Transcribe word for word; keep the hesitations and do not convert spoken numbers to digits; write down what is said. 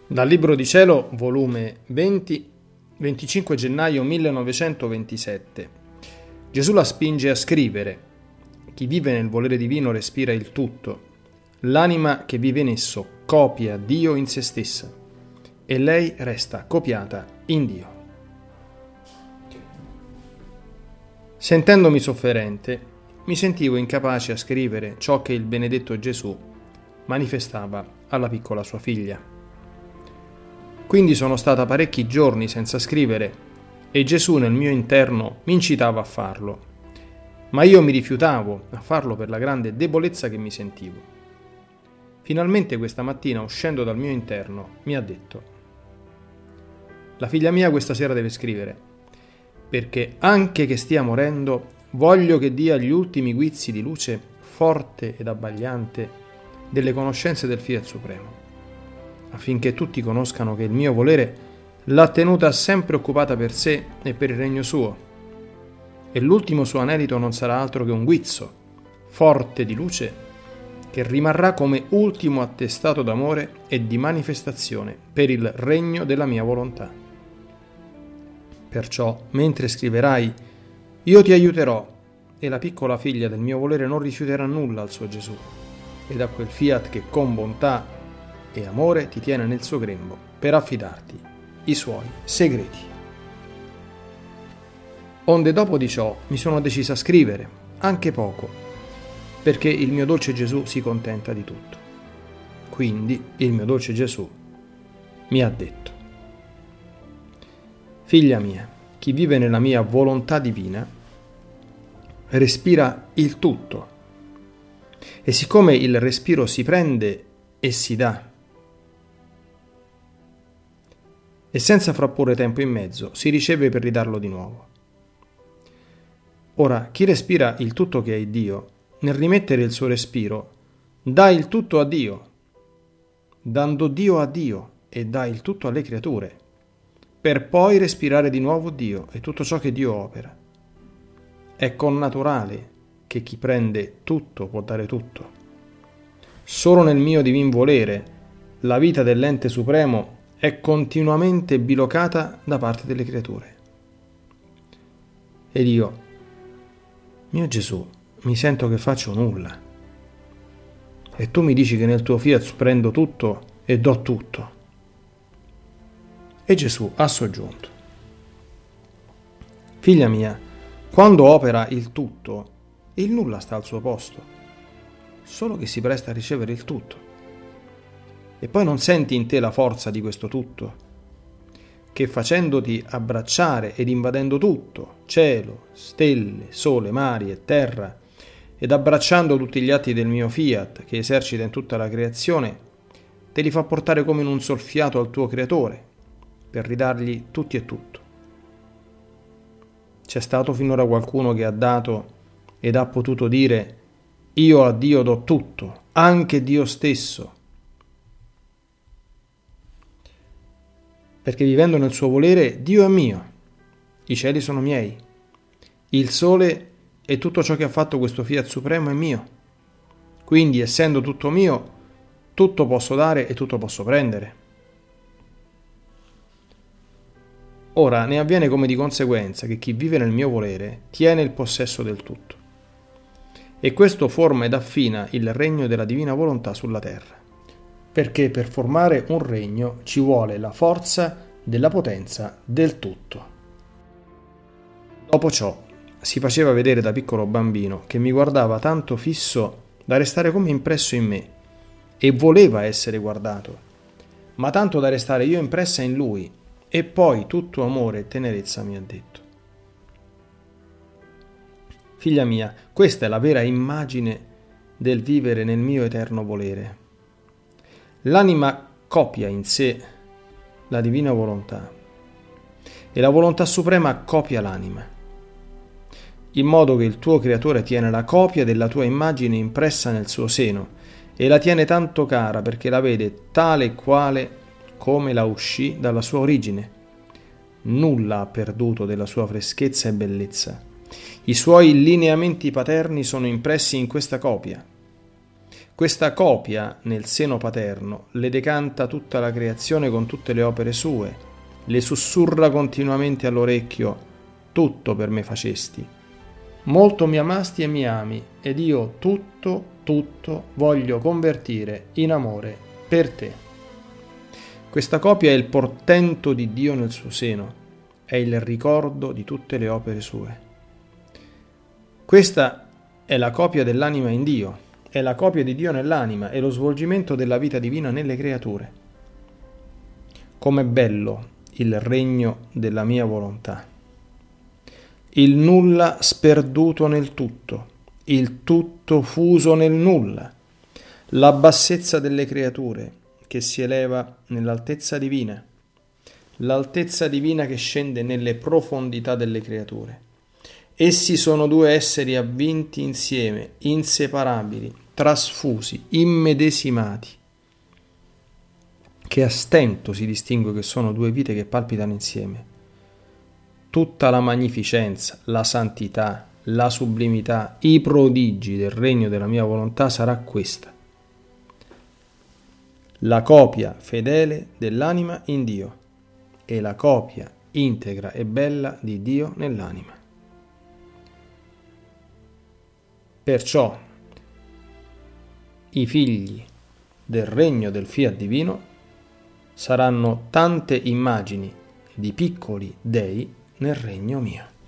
Dal Libro di Cielo, volume venti, venticinque gennaio millenovecentoventisette. Gesù la spinge a scrivere: chi vive nel volere divino respira il tutto. L'anima che vive in esso copia Dio in se stessa e lei resta copiata in Dio. Sentendomi sofferente, mi sentivo incapace a scrivere ciò che il benedetto Gesù manifestava alla piccola sua figlia. Quindi sono stata parecchi giorni senza scrivere e Gesù nel mio interno mi incitava a farlo, ma io mi rifiutavo a farlo per la grande debolezza che mi sentivo. Finalmente questa mattina, uscendo dal mio interno, mi ha detto: la figlia mia questa sera deve scrivere, perché anche che stia morendo voglio che dia gli ultimi guizzi di luce forte ed abbagliante delle conoscenze del Fiat Supremo, affinché tutti conoscano che il mio volere l'ha tenuta sempre occupata per sé e per il regno suo, e l'ultimo suo anelito non sarà altro che un guizzo forte di luce che rimarrà come ultimo attestato d'amore e di manifestazione per il regno della mia volontà. Perciò, mentre scriverai, io ti aiuterò, e la piccola figlia del mio volere non rifiuterà nulla al suo Gesù, ed a quel Fiat che con bontà e amore ti tiene nel suo grembo per affidarti i suoi segreti. Onde dopo di ciò mi sono decisa a scrivere, anche poco, perché il mio dolce Gesù si contenta di tutto. Quindi il mio dolce Gesù mi ha detto: figlia mia, chi vive nella mia volontà divina respira il tutto, e siccome il respiro si prende e si dà, e senza frapporre tempo in mezzo si riceve per ridarlo di nuovo. Ora, chi respira il tutto che è Dio, nel rimettere il suo respiro, dà il tutto a Dio, dando Dio a Dio e dà il tutto alle creature, per poi respirare di nuovo Dio e tutto ciò che Dio opera. È connaturale che chi prende tutto può dare tutto. Solo nel mio divin volere la vita dell'ente supremo è continuamente bilocata da parte delle creature. Ed io, mio Gesù, mi sento che faccio nulla. E tu mi dici che nel tuo Fiat prendo tutto e do tutto. E Gesù ha soggiunto: figlia mia, quando opera il tutto, il nulla sta al suo posto, solo che si presta a ricevere il tutto. E poi non senti in te la forza di questo tutto, che facendoti abbracciare ed invadendo tutto, cielo, stelle, sole, mari e terra, ed abbracciando tutti gli atti del mio Fiat che esercita in tutta la creazione, te li fa portare come in un solfiato al tuo creatore, per ridargli tutti e tutto. C'è stato finora qualcuno che ha dato ed ha potuto dire: io a Dio do tutto, anche Dio stesso? Perché vivendo nel suo volere, Dio è mio, i cieli sono miei, il sole e tutto ciò che ha fatto questo Fiat Supremo è mio. Quindi, essendo tutto mio, tutto posso dare e tutto posso prendere. Ora ne avviene come di conseguenza che chi vive nel mio volere tiene il possesso del tutto. E questo forma ed affina il regno della divina volontà sulla terra. Perché per formare un regno ci vuole la forza della potenza del tutto. Dopo ciò si faceva vedere da piccolo bambino che mi guardava tanto fisso da restare come impresso in me e voleva essere guardato, ma tanto da restare io impressa in lui, e poi tutto amore e tenerezza mi ha detto: figlia mia, questa è la vera immagine del vivere nel mio eterno volere. L'anima copia in sé la divina volontà e la volontà suprema copia l'anima, in modo che il tuo creatore tiene la copia della tua immagine impressa nel suo seno e la tiene tanto cara perché la vede tale e quale come la uscì dalla sua origine. Nulla ha perduto della sua freschezza e bellezza. I suoi lineamenti paterni sono impressi in questa copia. Questa copia nel seno paterno le decanta tutta la creazione con tutte le opere sue, le sussurra continuamente all'orecchio: tutto per me facesti. Molto mi amasti e mi ami, ed io tutto, tutto voglio convertire in amore per te. Questa copia è il portento di Dio nel suo seno, è il ricordo di tutte le opere sue. Questa è la copia dell'anima in Dio, è la copia di Dio nell'anima, è lo svolgimento della vita divina nelle creature. Com'è bello il regno della mia volontà. Il nulla sperduto nel tutto, il tutto fuso nel nulla, la bassezza delle creature che si eleva nell'altezza divina, l'altezza divina che scende nelle profondità delle creature. Essi sono due esseri avvinti insieme, inseparabili, trasfusi, immedesimati, che a stento si distingue che sono due vite che palpitano insieme. Tutta la magnificenza, la santità, la sublimità, i prodigi del regno della mia volontà sarà questa: la copia fedele dell'anima in Dio e la copia integra e bella di Dio nell'anima. Perciò i figli del regno del fiat divino saranno tante immagini di piccoli dei nel regno mio.